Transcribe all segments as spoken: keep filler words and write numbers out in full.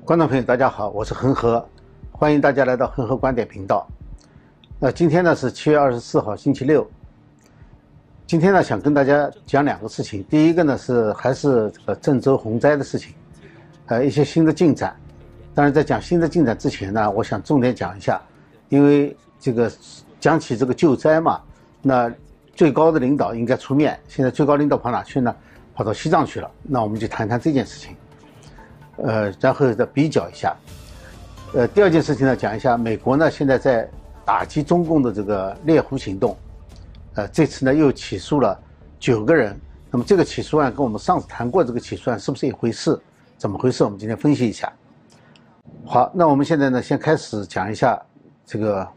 观众朋友，大家好，我是恒河，欢迎大家来到恒河观点频道。那今天呢是七月二十四号，星期六。今天呢想跟大家讲两个事情，第一个呢是还是这个郑州洪灾的事情，呃一些新的进展。当然，在讲新的进展之前呢，我想重点讲一下，因为这个讲起这个救灾嘛，那最高的领导应该出面，现在最高领导跑哪去呢？跑到西藏去了。那我们就谈谈这件事情。呃，然后再比较一下。呃，第二件事情呢，讲一下美国呢现在在打击中共的这个猎狐行动。呃，这次呢又起诉了九个人。那么这个起诉案跟我们上次谈过这个起诉案是不是一回事？怎么回事？我们今天分析一下。好，那我们现在呢先开始讲一下这个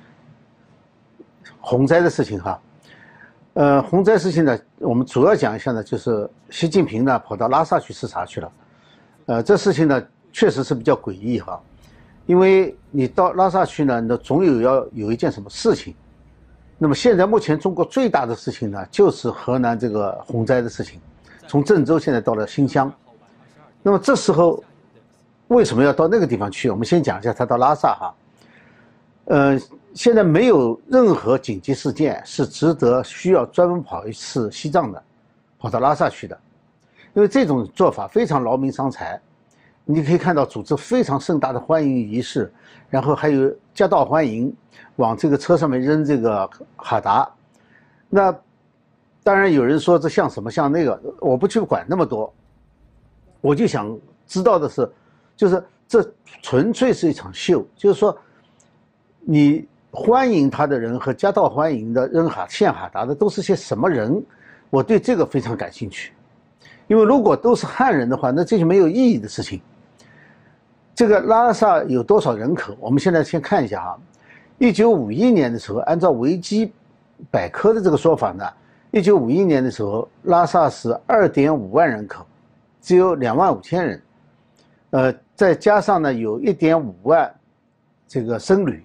洪灾的事情哈。呃，洪灾事情呢，我们主要讲一下呢，就是习近平呢跑到拉萨去视察去了。呃，这事情呢确实是比较诡异哈，因为你到拉萨去呢，那总有要有一件什么事情。那么现在目前中国最大的事情呢，就是河南这个洪灾的事情，从郑州现在到了新乡。那么这时候为什么要到那个地方去？我们先讲一下他到拉萨哈。呃，现在没有任何紧急事件是值得需要专门跑一次西藏的，跑到拉萨去的。因为这种做法非常劳民伤财，你可以看到组织非常盛大的欢迎仪式，然后还有夹道欢迎，往这个车上面扔这个哈达。那当然有人说这像什么像那个，我不去管那么多，我就想知道的是，就是这纯粹是一场秀，就是说你欢迎他的人和夹道欢迎的扔哈献哈达的都是些什么人？我对这个非常感兴趣。因为如果都是汉人的话，那这就没有意义的事情。这个拉萨有多少人口？我们现在先看一下啊。一九五一年的时候，按照维基百科的这个说法呢，一九五一年的时候，拉萨是二点五万人口，只有两万五千人，呃，再加上呢有一点五万这个僧侣。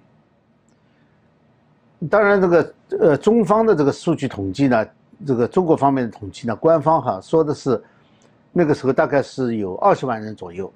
当然，这个呃中方的这个数据统计呢，这个中国方面的统计呢，官方哈说的是。那个时候大概是有二十万人左右，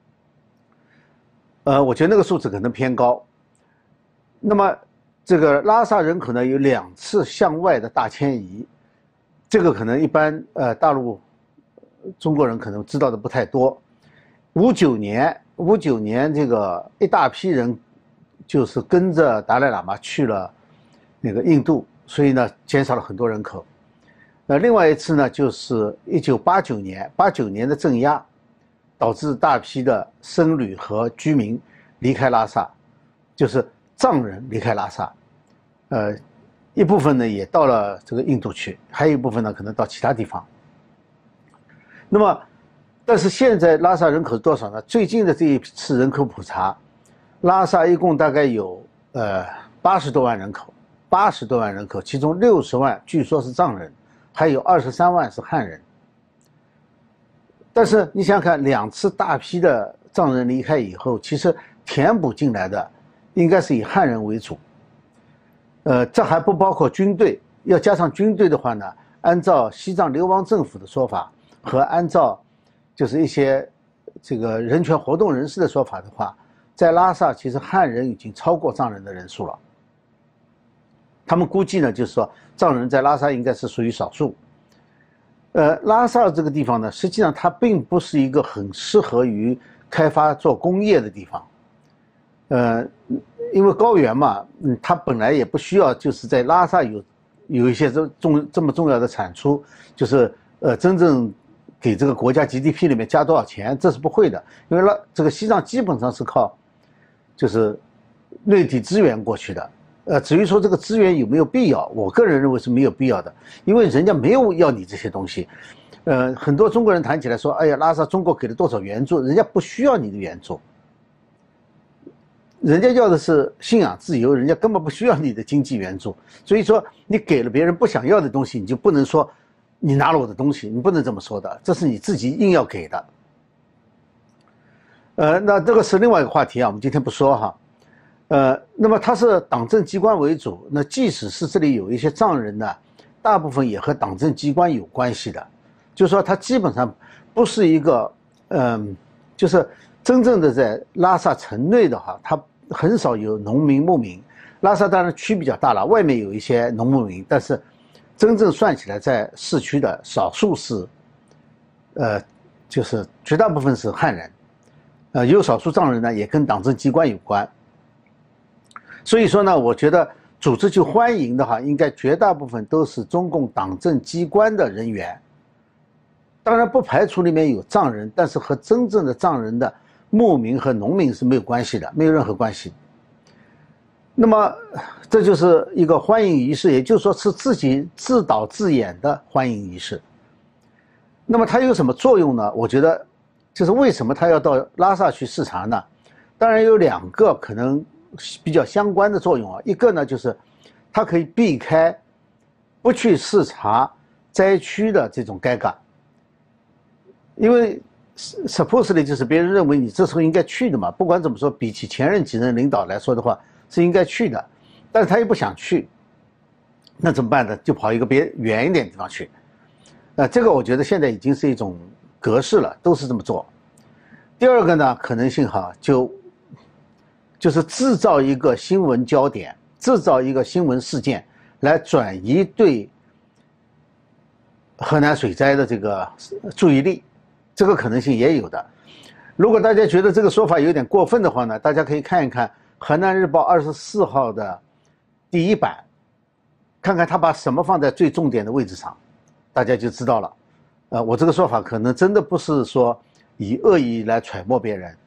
呃，我觉得那个数字可能偏高。那么，这个拉萨人口呢有两次向外的大迁移，这个可能一般呃大陆中国人可能知道的不太多。五九年，五九年这个一大批人就是跟着达赖喇嘛去了那个印度，所以呢减少了很多人口。呃，另外一次呢，就是一九八九年，八九年的镇压，导致大批的僧侣和居民离开拉萨，就是藏人离开拉萨，呃，一部分呢也到了这个印度去，还有一部分呢可能到其他地方。那么，但是现在拉萨人口多少呢？最近的这一次人口普查，拉萨一共大概有呃八十多万人口，八十多万人口，其中六十万据说是藏人。还有二十三万是汉人，但是你想想看，两次大批的藏人离开以后，其实填补进来的应该是以汉人为主。呃，这还不包括军队，要加上军队的话呢，按照西藏流亡政府的说法和按照就是一些这个人权活动人士的说法的话，在拉萨其实汉人已经超过藏人的人数了。他们估计呢，就是说藏人在拉萨应该是属于少数。呃，拉萨这个地方呢，实际上它并不是一个很适合于开发做工业的地方。呃，因为高原嘛，嗯，它本来也不需要就是在拉萨有有一些这重这么重要的产出，就是呃真正给这个国家 G D P 里面加多少钱，这是不会的。因为拉这个西藏基本上是靠就是内地资源过去的。呃，至于说这个资源有没有必要，我个人认为是没有必要的，因为人家没有要你这些东西。呃，很多中国人谈起来说，哎呀，拉萨中国给了多少援助，人家不需要你的援助，人家要的是信仰自由，人家根本不需要你的经济援助。所以说，你给了别人不想要的东西，你就不能说你拿了我的东西，你不能这么说的，这是你自己硬要给的。呃，那这个是另外一个话题啊，我们今天不说哈。呃，那么它是党政机关为主，那即使是这里有一些藏人呢，大部分也和党政机关有关系的，就是说它基本上不是一个，嗯、呃，就是真正的在拉萨城内的话，它很少有农民牧民。拉萨当然区比较大了，外面有一些农牧民，但是真正算起来，在市区的少数是，呃，就是绝大部分是汉人，呃，有少数藏人呢，也跟党政机关有关。所以说呢，我觉得组织去欢迎的话，应该绝大部分都是中共党政机关的人员。当然不排除里面有藏人，但是和真正的藏人的牧民和农民是没有关系的，没有任何关系。那么这就是一个欢迎仪式，也就是说是自己自导自演的欢迎仪式。那么它有什么作用呢？我觉得就是为什么他要到拉萨去视察呢？当然有两个可能比较相关的作用啊，一个呢就是它可以避开不去视察灾区的这种尴尬，因为 supposedly 就是别人认为你这时候应该去的嘛，不管怎么说，比起前任几任领导来说的话是应该去的，但是他又不想去，那怎么办呢？就跑一个别远一点的地方去。呃，这个我觉得现在已经是一种格式了，都是这么做。第二个呢，可能性哈，就就是制造一个新闻焦点，制造一个新闻事件，来转移对河南水灾的这个注意力，这个可能性也有的。如果大家觉得这个说法有点过分的话呢，大家可以看一看《河南日报》二十四号的第一版，看看他把什么放在最重点的位置上，大家就知道了。呃，我这个说法可能真的不是说以恶意来揣摩别人。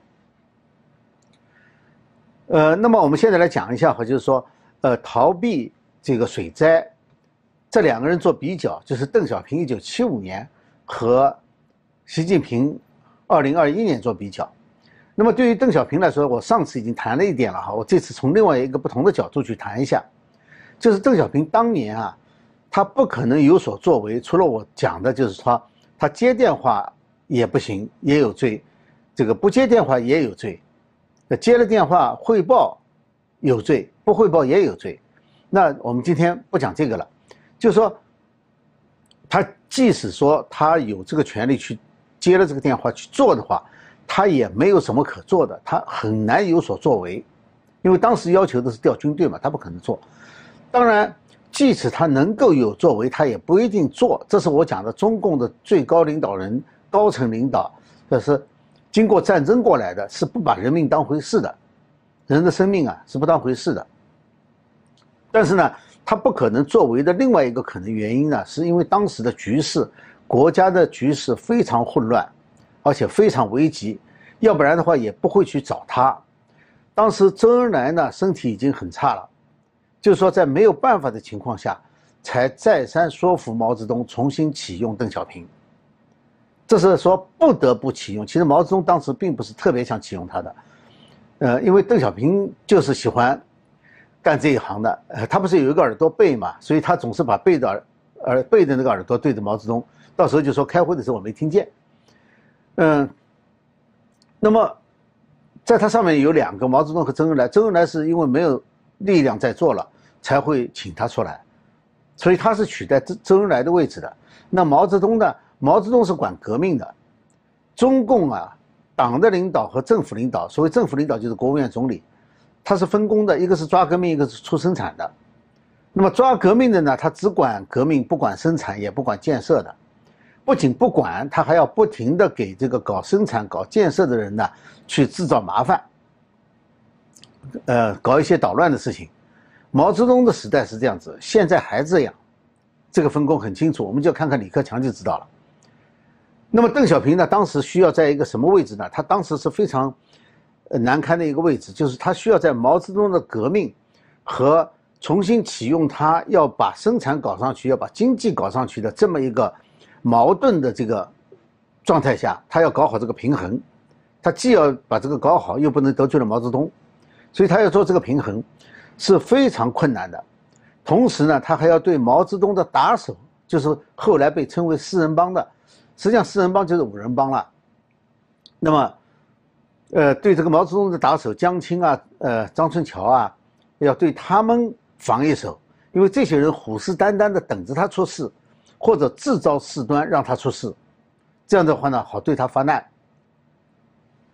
呃，那么我们现在来讲一下，就是说，呃，逃避这个水灾，这两个人做比较，就是邓小平一九七五年和习近平二零二一年做比较。那么对于邓小平来说，我上次已经谈了一点了哈，我这次从另外一个不同的角度去谈一下，就是邓小平当年啊，他不可能有所作为，除了我讲的就是说他接电话也不行，也有罪，这个不接电话也有罪，接了电话汇报有罪，不汇报也有罪。那我们今天不讲这个了，就是说他即使说他有这个权利去接了这个电话去做的话，他也没有什么可做的，他很难有所作为，因为当时要求的是调军队嘛，他不可能做。当然即使他能够有作为，他也不一定做，这是我讲的中共的最高领导人、高层领导，这是经过战争过来的，是不把人命当回事的，人的生命啊是不当回事的。但是呢，他不可能作为的另外一个可能原因呢，是因为当时的局势，国家的局势非常混乱，而且非常危急，要不然的话也不会去找他。当时周恩来呢身体已经很差了，就是说在没有办法的情况下，才再三说服毛泽东重新启用邓小平。这是说不得不启用，其实毛泽东当时并不是特别想启用他的，呃，因为邓小平就是喜欢干这一行的，呃，他不是有一个耳朵背嘛，所以他总是把背的耳耳背的那个耳朵对着毛泽东，到时候就说开会的时候我没听见。嗯，那么在他上面有两个，毛泽东和周恩来，周恩来是因为没有力量在做了，才会请他出来，所以他是取代周恩来的位置的。那毛泽东呢？毛泽东是管革命的，中共啊，党的领导和政府领导，所谓政府领导就是国务院总理，他是分工的，一个是抓革命，一个是出生产的。那么抓革命的呢，他只管革命，不管生产，也不管建设的。不仅不管，他还要不停的给这个搞生产、搞建设的人呢，去制造麻烦，呃，搞一些捣乱的事情。毛泽东的时代是这样子，现在还这样，这个分工很清楚，我们就看看李克强就知道了。那么邓小平呢，当时需要在一个什么位置呢？他当时是非常难堪的一个位置，就是他需要在毛泽东的革命和重新启用他要把生产搞上去，要把经济搞上去的这么一个矛盾的这个状态下，他要搞好这个平衡，他既要把这个搞好，又不能得罪了毛泽东，所以他要做这个平衡是非常困难的。同时呢，他还要对毛泽东的打手，就是后来被称为四人帮的，实际上四人帮就是五人帮了。那么，呃，对这个毛泽东的打手江青啊，呃，张春桥啊，要对他们防一手，因为这些人虎视眈眈的等着他出事，或者制造事端让他出事，这样的话呢，好对他发难。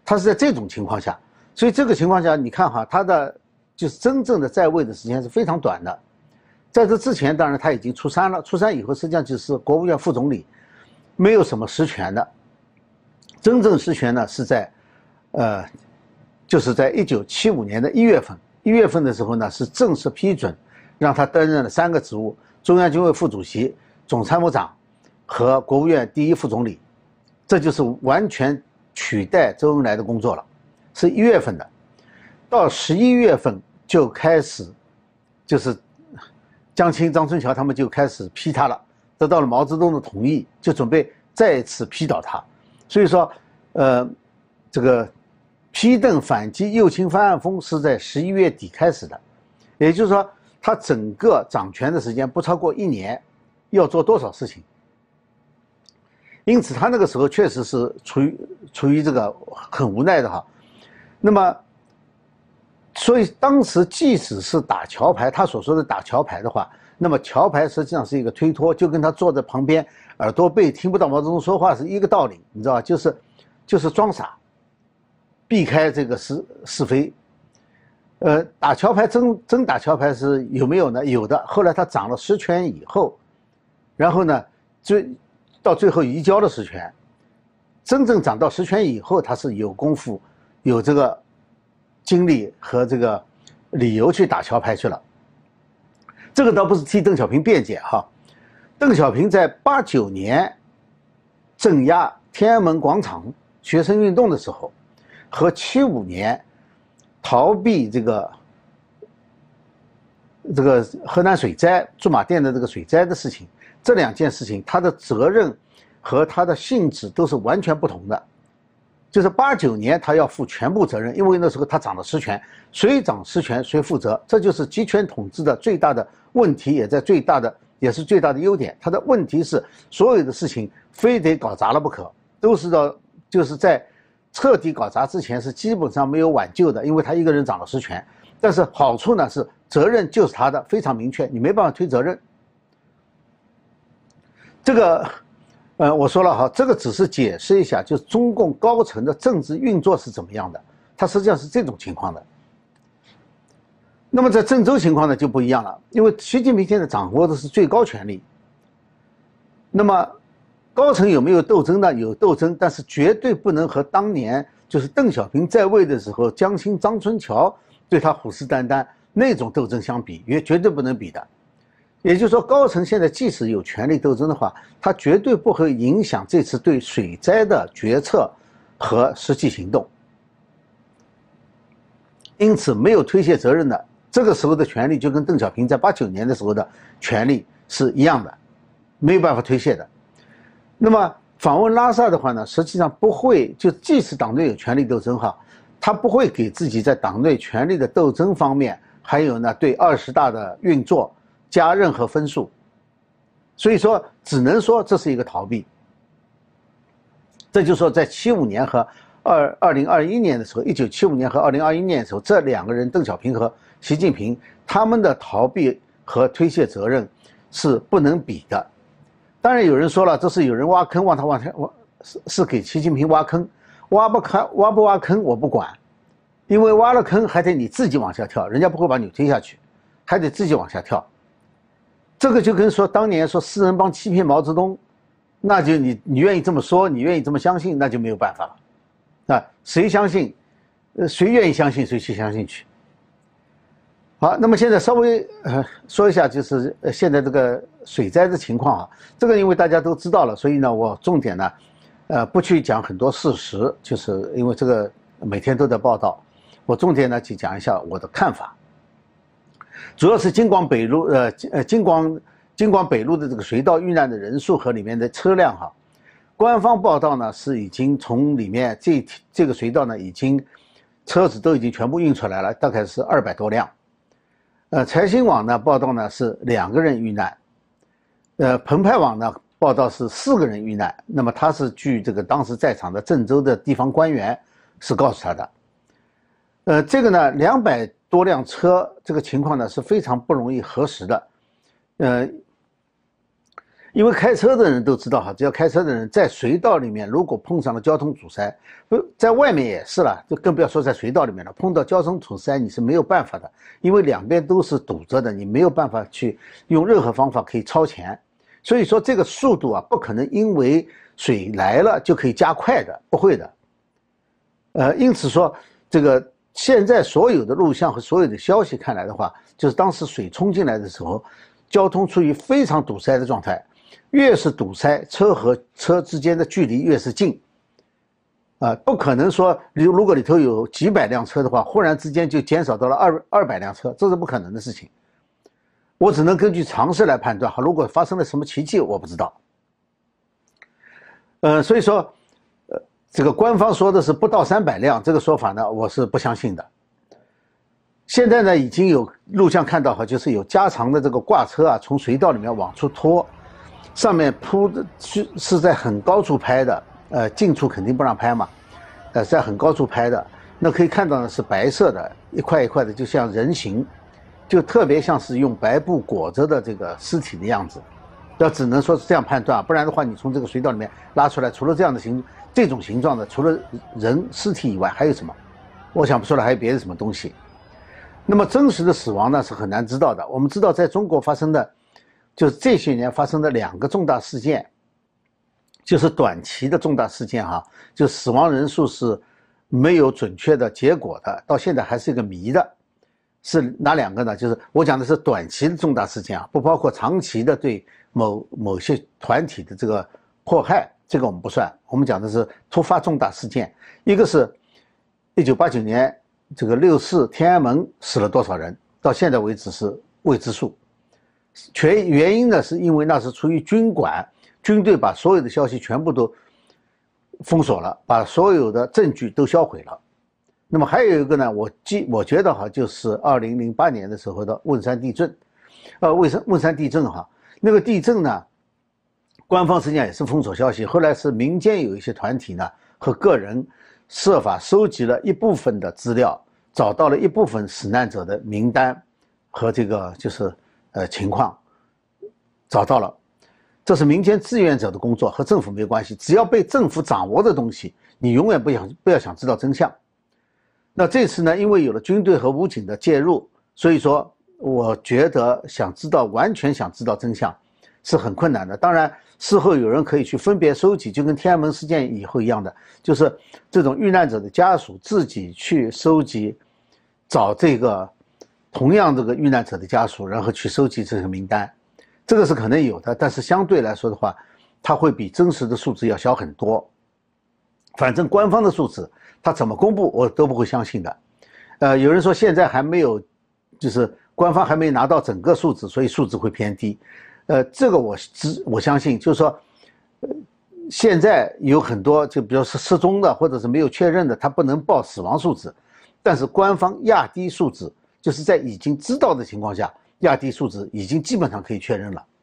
他是在这种情况下，所以这个情况下，你看哈，他的就是真正的在位的时间是非常短的。在这之前，当然他已经出山了，出山以后实际上就是国务院副总理，没有什么实权的。真正实权呢是在，呃，就是在一九七五年的一月份，一月份的时候呢是正式批准，让他担任了三个职务：中央军委副主席、总参谋长和国务院第一副总理，这就是完全取代周恩来的工作了，是一月份的。到十一月份就开始，就是江青、张春桥他们就开始批他了，得到了毛泽东的同意，就准备再次批倒他。所以说，呃，这个批邓反击右倾翻案风是在十一月底开始的，也就是说，他整个掌权的时间不超过一年，要做多少事情？因此，他那个时候确实是处于处于这个很无奈的哈。那么，所以当时即使是打桥牌，他所说的打桥牌的话，那么桥牌实际上是一个推脱，就跟他坐在旁边耳朵背听不到毛泽东说话是一个道理，你知道吧？就是就是装傻，避开这个是是非。呃，打桥牌真真打桥牌是有没有呢？有的。后来他掌了实权以后，然后呢，最到最后移交了实权，真正掌到实权以后，他是有功夫、有这个精力和这个理由去打桥牌去了。这个倒不是替邓小平辩解哈，邓小平在八九年镇压天安门广场学生运动的时候，和七五年逃避这个这个河南水灾驻马店的这个水灾的事情，这两件事情他的责任和他的性质都是完全不同的。就是八九年他要负全部责任，因为那时候他掌了实权，谁掌实权谁负责，这就是集权统治的最大的问题，也在最大的也是最大的优点。他的问题是所有的事情非得搞砸了不可，都是到就是在彻底搞砸之前是基本上没有挽救的，因为他一个人掌了实权。但是好处呢是责任就是他的，非常明确，你没办法推责任。这个。呃，我说了哈，这个只是解释一下，就是中共高层的政治运作是怎么样的，它实际上是这种情况的。那么在郑州情况呢就不一样了，因为习近平现在掌握的是最高权力。那么高层有没有斗争呢？有斗争，但是绝对不能和当年就是邓小平在位的时候，江青、张春桥对他虎视眈眈那种斗争相比，也绝对不能比的。也就是说，高层现在即使有权力斗争的话，它绝对不会影响这次对水灾的决策和实际行动。因此，没有推卸责任的，这个时候的权力就跟邓小平在八九年的时候的权力是一样的，没有办法推卸的。那么访问拉萨的话呢，实际上不会，就即使党内有权力斗争哈，他不会给自己在党内权力的斗争方面，还有呢对二十大的运作加任何分数，所以说只能说这是一个逃避。这就是说，在七五年和二二零二一年的时候，一九七五年和二零二一年的时候，这两个人邓小平和习近平他们的逃避和推卸责任是不能比的。当然有人说了，这是有人挖坑，往他往下挖，是是给习近平挖坑，挖不开挖不挖坑我不管，因为挖了坑还得你自己往下跳，人家不会把你推下去，还得自己往下跳。这个就跟说当年说四人帮欺骗毛泽东，那就你你愿意这么说，你愿意这么相信，那就没有办法了，啊，谁相信，呃，谁愿意相信谁去相信去。好，那么现在稍微呃说一下，就是呃现在这个水灾的情况啊，这个因为大家都知道了，所以呢，我重点呢，呃，不去讲很多事实，就是因为这个每天都在报道，我重点呢去讲一下我的看法。主要是京广北路，呃呃京广京广北路的这个水道遇难的人数和里面的车辆哈，官方报道呢是已经从里面这这个水道呢已经车子都已经全部运出来了，大概是二百多辆。呃，财新网呢报道呢是两个人遇难，呃，澎湃网呢报道是四个人遇难。那么他是据这个当时在场的郑州的地方官员是告诉他的。呃，这个呢两百多辆车这个情况呢是非常不容易核实的，呃， 因为开车的人都知道哈，只要开车的人在隧道里面，如果碰上了交通阻塞，不在外面也是了，就更不要说在隧道里面了。碰到交通阻塞，你是没有办法的，因为两边都是堵着的，你没有办法去用任何方法可以超前。所以说这个速度啊，不可能因为水来了就可以加快的，不会的。呃，因此说这个现在所有的录像和所有的消息看来的话，就是当时水冲进来的时候，交通处于非常堵塞的状态。越是堵塞，车和车之间的距离越是近，啊，不可能说，如果里头有几百辆车的话，忽然之间就减少到了二二百辆车，这是不可能的事情。我只能根据常识来判断，哈，如果发生了什么奇迹，我不知道。呃，所以说，呃，这个官方说的是不到三百辆，这个说法呢，我是不相信的。现在呢，已经有录像看到哈，就是有加长的这个挂车啊，从隧道里面往出拖。上面铺的是是在很高处拍的，呃，近处肯定不让拍嘛，呃，在很高处拍的，那可以看到呢是白色的，一块一块的，就像人形，就特别像是用白布裹着的这个尸体的样子，要只能说是这样判断，不然的话，你从这个隧道里面拉出来，除了这样的形这种形状的，除了人尸体以外，还有什么？我想不出来还有别的什么东西。那么真实的死亡呢是很难知道的。我们知道，在中国发生的。就是这些年发生的两个重大事件，就是短期的重大事件哈，就死亡人数是没有准确的结果的，到现在还是一个谜的，是哪两个呢？就是我讲的是短期的重大事件啊，不包括长期的对某某些团体的这个迫害，这个我们不算，我们讲的是突发重大事件。一个是一九八九年这个六四天安门死了多少人，到现在为止是未知数。全原因呢，是因为那是出于军管，军队把所有的消息全部都封锁了，把所有的证据都销毁了。那么还有一个呢，我记我觉得哈，就是二零零八年的时候的汶山地震，呃，汶山汶山地震哈，那个地震呢，官方实际上也是封锁消息，后来是民间有一些团体呢和个人设法收集了一部分的资料，找到了一部分死难者的名单和这个就是。呃，情况找到了，这是民间志愿者的工作，和政府没有关系。只要被政府掌握的东西，你永远不想不要想知道真相。那这次呢，因为有了军队和武警的介入，所以说我觉得想知道完全想知道真相是很困难的。当然，事后有人可以去分别收集，就跟天安门事件以后一样的，就是这种遇难者的家属自己去收集，找这个。同样这个遇难者的家属，然后去收集这个名单，这个是可能有的，但是相对来说的话，它会比真实的数字要小很多。反正官方的数字，它怎么公布我都不会相信的。呃，有人说现在还没有，就是官方还没拿到整个数字，所以数字会偏低。呃，这个我知我相信，就是说，呃，现在有很多就比如说失踪的或者是没有确认的，他不能报死亡数字，但是官方压低数字。就是在已经知道的情况下，压低数字已经基本上可以确认了。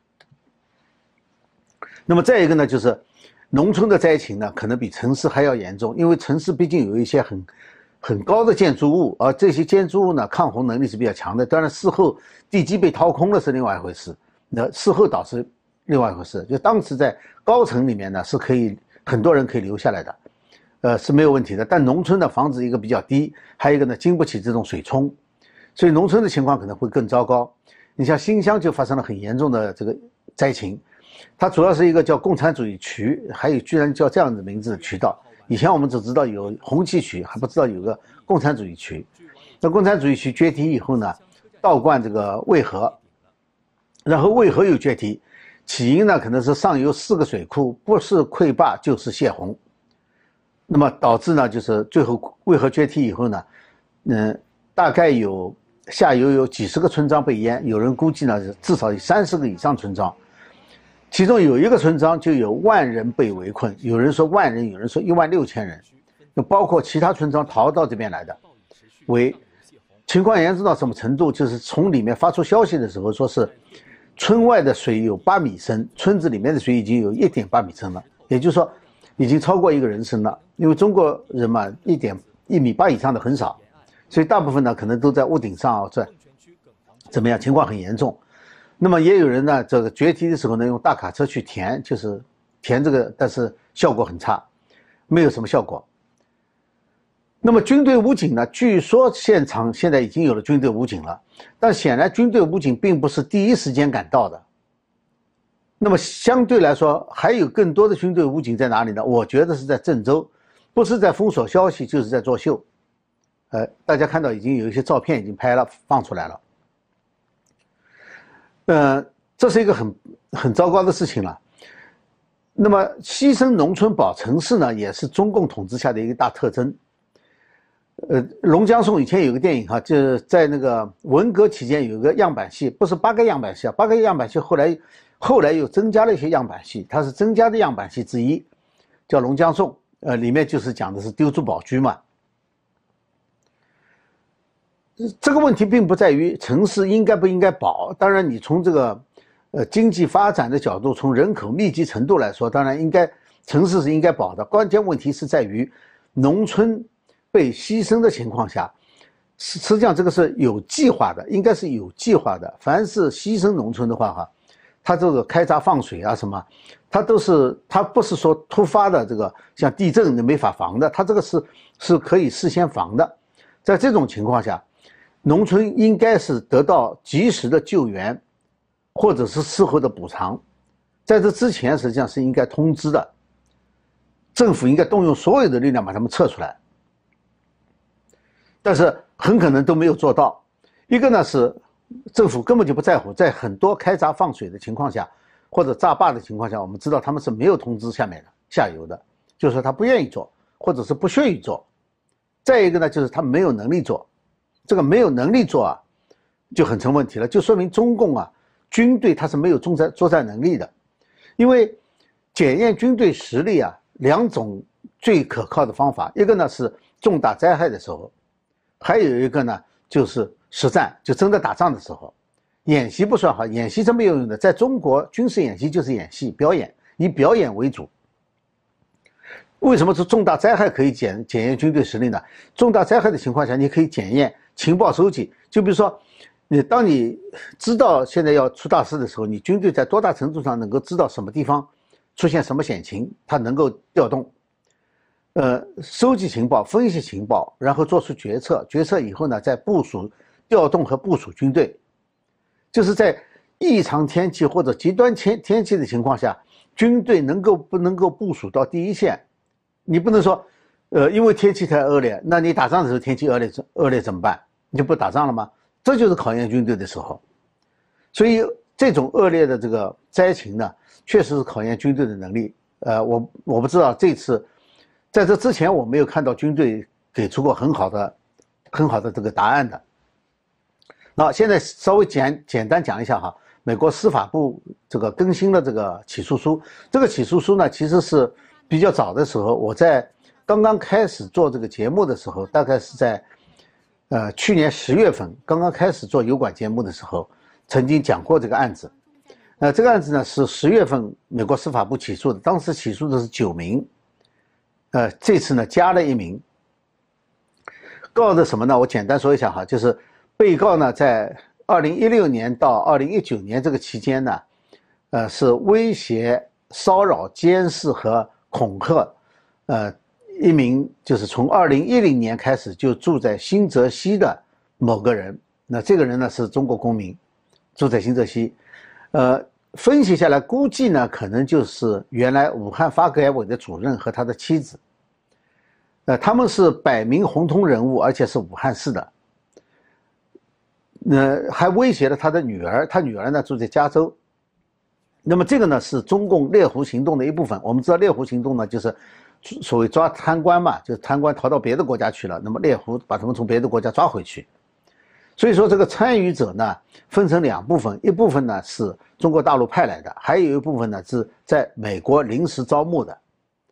那么再一个呢，就是农村的灾情呢，可能比城市还要严重，因为城市毕竟有一些很很高的建筑物，而这些建筑物呢，抗洪能力是比较强的。当然，事后地基被掏空了是另外一回事，那事后导致另外一回事。就当时在高层里面呢，是可以很多人可以留下来的，呃是没有问题的。但农村的房子一个比较低，还有一个呢，经不起这种水冲。所以农村的情况可能会更糟糕。你像新乡就发生了很严重的这个灾情，它主要是一个叫共产主义渠，还有居然叫这样的名字的渠道。以前我们只知道有红旗渠，还不知道有个共产主义渠。那共产主义渠决堤以后呢，倒灌这个渭河，然后渭河又决堤，起因呢可能是上游四个水库不是溃坝就是泄洪，那么导致呢就是最后渭河决堤以后呢，嗯，大概有。下游有几十个村庄被淹，有人估计呢，至少有三十个以上村庄，其中有一个村庄就有万人被围困，有人说万人，有人说一万六千人，就包括其他村庄逃到这边来的。为情况严重到什么程度？就是从里面发出消息的时候，说是村外的水有八米深，村子里面的水已经有一点八米深了，也就是说已经超过一个人深了。因为中国人嘛，一点一米八以上的很少。所以大部分呢，可能都在屋顶上啊，这怎么样？情况很严重。 那么也有人呢，这个决堤的时候呢，用大卡车去填，就是填这个，但是效果很差，没有什么效果。那么军队武警呢，据说现场现在已经有了军队武警了，但显然军队武警并不是第一时间赶到的。那么相对来说，还有更多的军队武警在哪里呢？我觉得是在郑州，不是在封锁消息，就是在作秀。呃，大家看到已经有一些照片已经拍了放出来了。呃，这是一个很很糟糕的事情了。那么牺牲农村保城市呢，也是中共统治下的一个大特征。呃，龙江颂以前有个电影哈，就是在那个文革期间有一个样板戏，不是八个样板戏啊，八个样板戏后来后来又增加了一些样板戏，它是增加的样板戏之一，叫龙江颂，呃，里面就是讲的是丢珠宝居嘛。这个问题并不在于城市应该不应该保，当然你从这个呃经济发展的角度，从人口密集程度来说，当然应该城市是应该保的。关键问题是在于农村被牺牲的情况下，实际上这个是有计划的，应该是有计划的。凡是牺牲农村的话哈，它这个开闸放水啊什么，它都是它不是说突发的，这个像地震你没法防的，它这个是是可以事先防的。在这种情况下，农村应该是得到及时的救援，或者是事后的补偿。在这之前，实际上是应该通知的，政府应该动用所有的力量把他们撤出来。但是很可能都没有做到。一个呢是政府根本就不在乎，在很多开闸放水的情况下，或者炸坝的情况下，我们知道他们是没有通知下面的下游的，就是说他不愿意做，或者是不屑于做。再一个呢，就是他没有能力做。这个没有能力做啊，就很成问题了，就说明中共啊，军队它是没有作战作战能力的。因为检验军队实力啊，两种最可靠的方法，一个呢是重大灾害的时候，还有一个呢就是实战，就真的打仗的时候。演习不算好，演习是没有用的，在中国军事演习就是演戏表演，以表演为主。为什么是重大灾害可以检检验军队实力呢？重大灾害的情况下，你可以检验情报收集。就比如说，你当你知道现在要出大事的时候，你军队在多大程度上能够知道什么地方出现什么险情，它能够调动，呃，收集情报、分析情报，然后做出决策。决策以后呢，再部署、调动和部署军队。就是在异常天气或者极端天天气的情况下，军队能够不能够部署到第一线？你不能说，呃，因为天气太恶劣，那你打仗的时候天气恶劣恶劣怎么办？你就不打仗了吗？这就是考验军队的时候。所以这种恶劣的这个灾情呢，确实是考验军队的能力。呃，我我不知道这次，在这之前我没有看到军队给出过很好的、很好的这个答案的。那现在稍微简简单讲一下哈，美国司法部这个更新了这个起诉书。这个起诉书呢，其实是比较早的时候，我在刚刚开始做这个节目的时候，大概是在呃去年十月份刚刚开始做油管节目的时候，曾经讲过这个案子。呃，这个案子呢是十月份美国司法部起诉的，当时起诉的是九名，呃，这次呢加了一名。告的什么呢？我简单说一下哈，就是被告呢在二零一六年到二零一九年这个期间呢，呃，是威胁、骚扰、监视和恐吓，呃，一名就是从二零一零年开始就住在新泽西的某个人。那这个人呢是中国公民，住在新泽西。呃，分析下来估计呢，可能就是原来武汉发改委的主任和他的妻子。呃，他们是百名红通人物，而且是武汉市的。呃，还威胁了他的女儿，他女儿呢住在加州。那么这个呢是中共猎狐行动的一部分。我们知道猎狐行动呢就是所谓抓贪官嘛，就是贪官逃到别的国家去了，那么猎狐把他们从别的国家抓回去。所以说这个参与者呢分成两部分，一部分呢是中国大陆派来的，还有一部分呢是在美国临时招募的。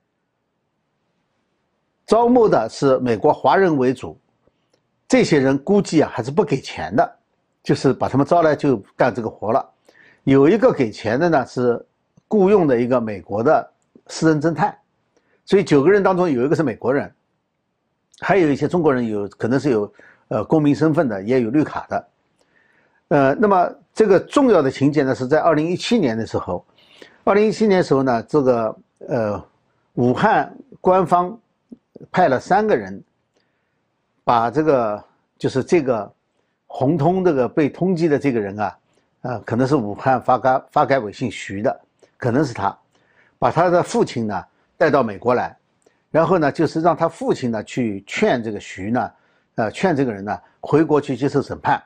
招募的是美国华人为主，这些人估计啊还是不给钱的，就是把他们招来就干这个活了。有一个给钱的呢是雇佣的一个美国的私人侦探，所以九个人当中有一个是美国人，还有一些中国人，有可能是有呃公民身份的，也有绿卡的。 呃，那么这个重要的情节呢，是在二零一七年的时候，二零一七年的时候呢，这个呃，武汉官方派了三个人，把这个就是这个红通这个被通缉的这个人啊，呃，可能是武汉发改发改委姓徐的，可能是他，把他的父亲呢带到美国来，然后呢，就是让他父亲呢去劝这个徐呢，呃，劝这个人呢回国去接受审判。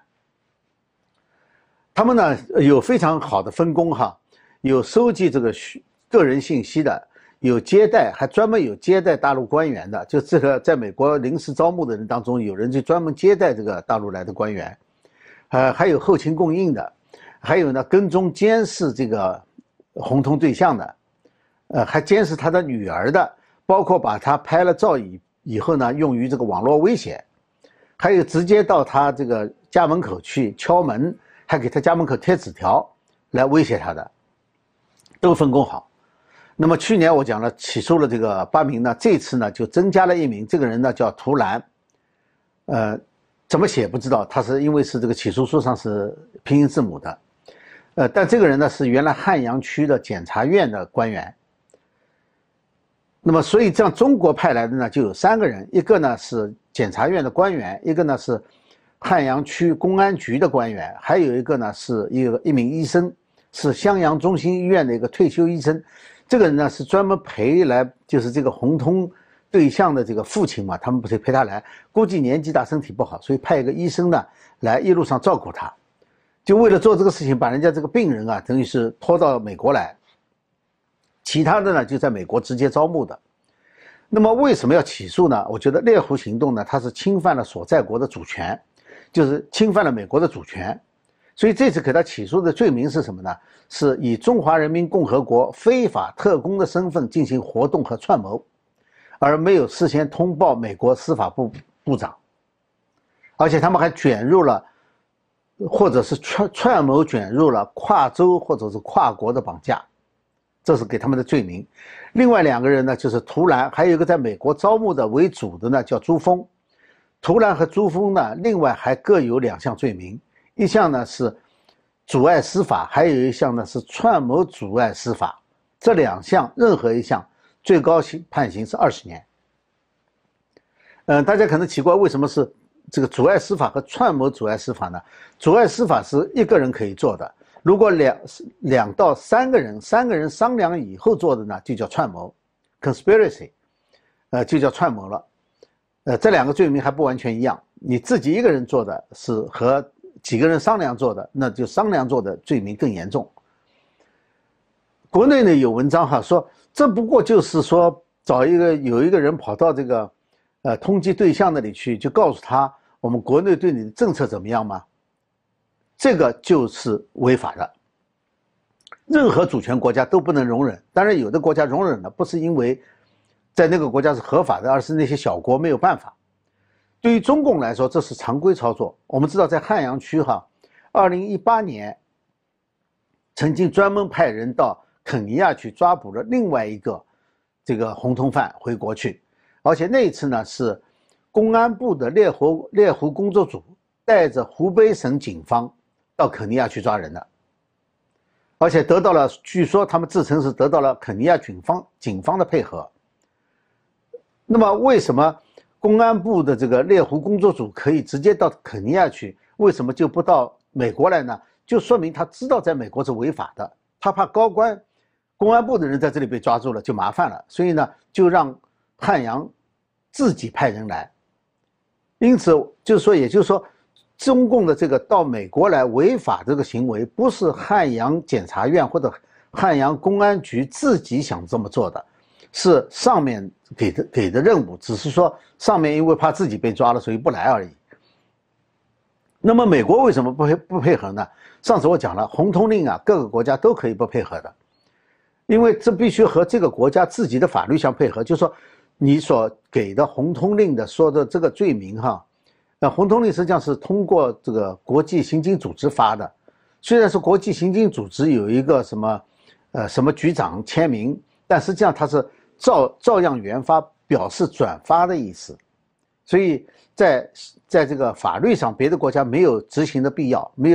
他们呢有非常好的分工哈，有收集这个个人信息的，有接待，还专门有接待大陆官员的。就这个在美国临时招募的人当中，有人就专门接待这个大陆来的官员，呃，还有后勤供应的，还有呢跟踪监视这个红通对象的，呃，还监视他的女儿的，包括把他拍了照以以后呢，用于这个网络威胁，还有直接到他这个家门口去敲门。还给他家门口贴纸条来威胁他的，都分工好。那么去年我讲了，起诉了这个八名呢，这次呢就增加了一名，这个人呢叫涂兰，呃，怎么写不知道，他是因为是这个起诉书上是拼音字母的，呃，但这个人呢是原来汉阳区的检察院的官员。那么所以这样中国派来的呢就有三个人，一个呢是检察院的官员，一个呢是汉阳区公安局的官员，还有一个呢是一个一名医生，是襄阳中心医院的一个退休医生。这个人呢是专门陪来，就是这个红通对象的这个父亲嘛，他们不是陪他来，估计年纪大身体不好，所以派一个医生呢来一路上照顾他，就为了做这个事情，把人家这个病人啊等于是拖到美国来，其他的呢就在美国直接招募的。那么为什么要起诉呢？我觉得猎狐行动呢，它是侵犯了所在国的主权，就是侵犯了美国的主权，所以这次给他起诉的罪名是什么呢？是以中华人民共和国非法特工的身份进行活动和串谋，而没有事先通报美国司法部部长，而且他们还卷入了，或者是串串谋卷入了跨州或者是跨国的绑架，这是给他们的罪名。另外两个人呢，就是涂兰，还有一个在美国招募的为主的呢叫朱峰。涂兰和朱峰呢，另外还各有两项罪名，一项呢是阻碍司法，还有一项呢是串谋阻碍司法。这两项任何一项最高刑判刑是二十年。嗯，大家可能奇怪，为什么是这个阻碍司法和串谋阻碍司法呢？阻碍司法是一个人可以做的，如果两两到三个人，三个人商量以后做的呢，就叫串谋 ，conspiracy， 呃，就叫串谋了。呃，这两个罪名还不完全一样，你自己一个人做的是和几个人商量做的，那就商量做的罪名更严重。国内呢有文章哈说，这不过就是说找一个有一个人跑到这个呃通缉对象那里去，就告诉他我们国内对你的政策怎么样吗？这个就是违法的，任何主权国家都不能容忍。当然有的国家容忍了，不是因为在那个国家是合法的，而是那些小国没有办法。对于中共来说，这是常规操作。我们知道在汉阳区哈，二零一八年曾经专门派人到肯尼亚去抓捕了另外一个这个红通犯回国去，而且那一次呢是公安部的猎狐猎狐工作组带着湖北省警方到肯尼亚去抓人的，而且得到了，据说他们自称是得到了肯尼亚警方警方的配合。那么为什么公安部的这个猎狐工作组可以直接到肯尼亚去，为什么就不到美国来呢？就说明他知道在美国是违法的，他怕高官公安部的人在这里被抓住了就麻烦了，所以呢就让汉阳自己派人来。因此就是说，也就是说中共的这个到美国来违法这个行为，不是汉阳检察院或者汉阳公安局自己想这么做的，是上面给的给的任务，只是说上面因为怕自己被抓了，所以不来而已。那么美国为什么不配不配合呢？上次我讲了，红通令啊，各个国家都可以不配合的，因为这必须和这个国家自己的法律相配合。就是说，你所给的红通令的说的这个罪名哈，那红通令实际上是通过这个国际刑警组织发的，虽然是国际刑警组织有一个什么呃什么局长签名，但实际上它是照照样原发，表示转发的意思，所以在在这个法律上，别的国家没有执行的必要，没有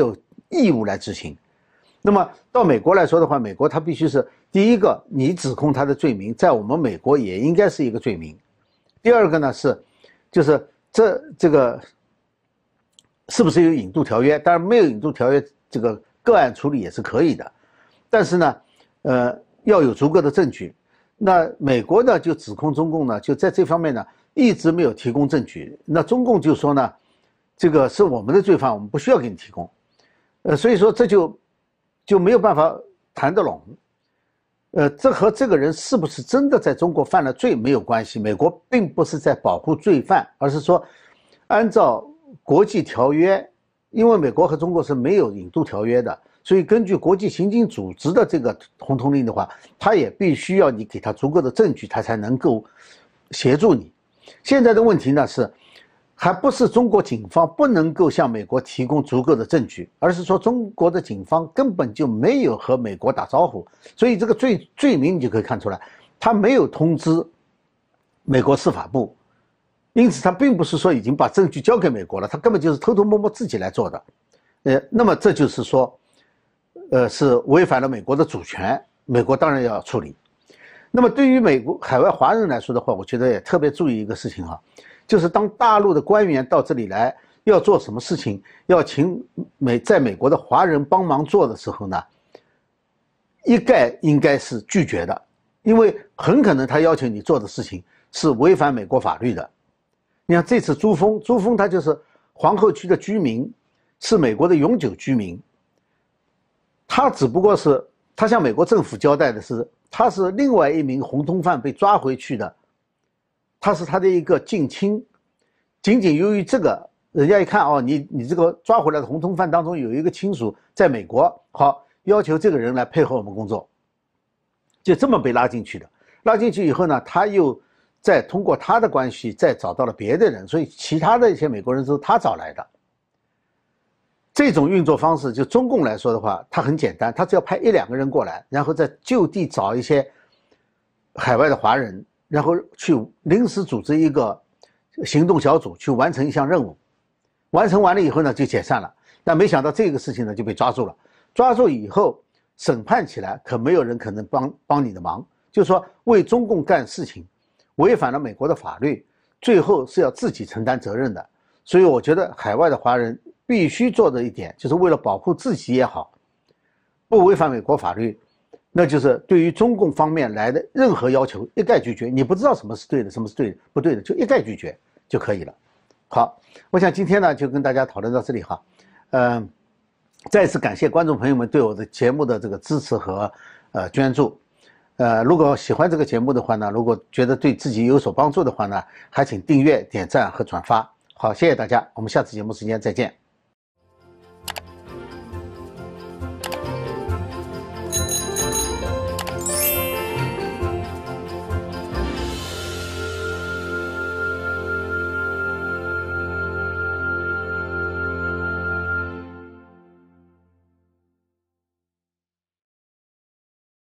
义务来执行。那么到美国来说的话，美国它必须是第一个，你指控他的罪名在我们美国也应该是一个罪名。第二个呢是，就是这这个是不是有引渡条约？当然没有引渡条约，这个个案处理也是可以的，但是呢，呃，要有足够的证据。那美国呢就指控中共呢，就在这方面呢一直没有提供证据。那中共就说呢，这个是我们的罪犯，我们不需要给你提供。呃，所以说这就就没有办法谈得拢。呃，这和这个人是不是真的在中国犯了罪没有关系。美国并不是在保护罪犯，而是说按照国际条约，因为美国和中国是没有引渡条约的，所以根据国际刑警组织的这个红通令的话，他也必须要你给他足够的证据，他才能够协助你。现在的问题呢是，还不是中国警方不能够向美国提供足够的证据，而是说中国的警方根本就没有和美国打招呼，所以这个罪罪名你就可以看出来，他没有通知美国司法部，因此他并不是说已经把证据交给美国了，他根本就是偷偷摸摸自己来做的。呃，那么这就是说，呃，是违反了美国的主权，美国当然要处理。那么对于美国海外华人来说的话，我觉得也特别注意一个事情哈，就是当大陆的官员到这里来要做什么事情，要请美在美国的华人帮忙做的时候呢，一概应该是拒绝的，因为很可能他要求你做的事情是违反美国法律的。你看这次朱峰，朱峰他就是皇后区的居民，是美国的永久居民，他只不过是他向美国政府交代的是，他是另外一名红通犯被抓回去的，他是他的一个近亲，仅仅由于这个，人家一看哦，你你这个抓回来的红通犯当中有一个亲属在美国，好，要求这个人来配合我们工作，就这么被拉进去的。拉进去以后呢，他又再通过他的关系再找到了别的人，所以其他的一些美国人都是他找来的。这种运作方式，就中共来说的话，它很简单，他只要派一两个人过来，然后在就地找一些海外的华人，然后去临时组织一个行动小组去完成一项任务，完成完了以后呢就解散了。但没想到这个事情呢就被抓住了，抓住以后审判起来，可没有人可能帮帮你的忙，就是说为中共干事情，违反了美国的法律，最后是要自己承担责任的。所以我觉得海外的华人必须做的一点，就是为了保护自己也好，不违反美国法律，那就是对于中共方面来的任何要求一概拒绝。你不知道什么是对的，什么是对的不对的，就一概拒绝就可以了。好，我想今天呢就跟大家讨论到这里哈，嗯，再次感谢观众朋友们对我的节目的这个支持和呃捐助。呃，如果喜欢这个节目的话呢，如果觉得对自己有所帮助的话呢，还请订阅、点赞和转发。好，谢谢大家，我们下次节目时间再见。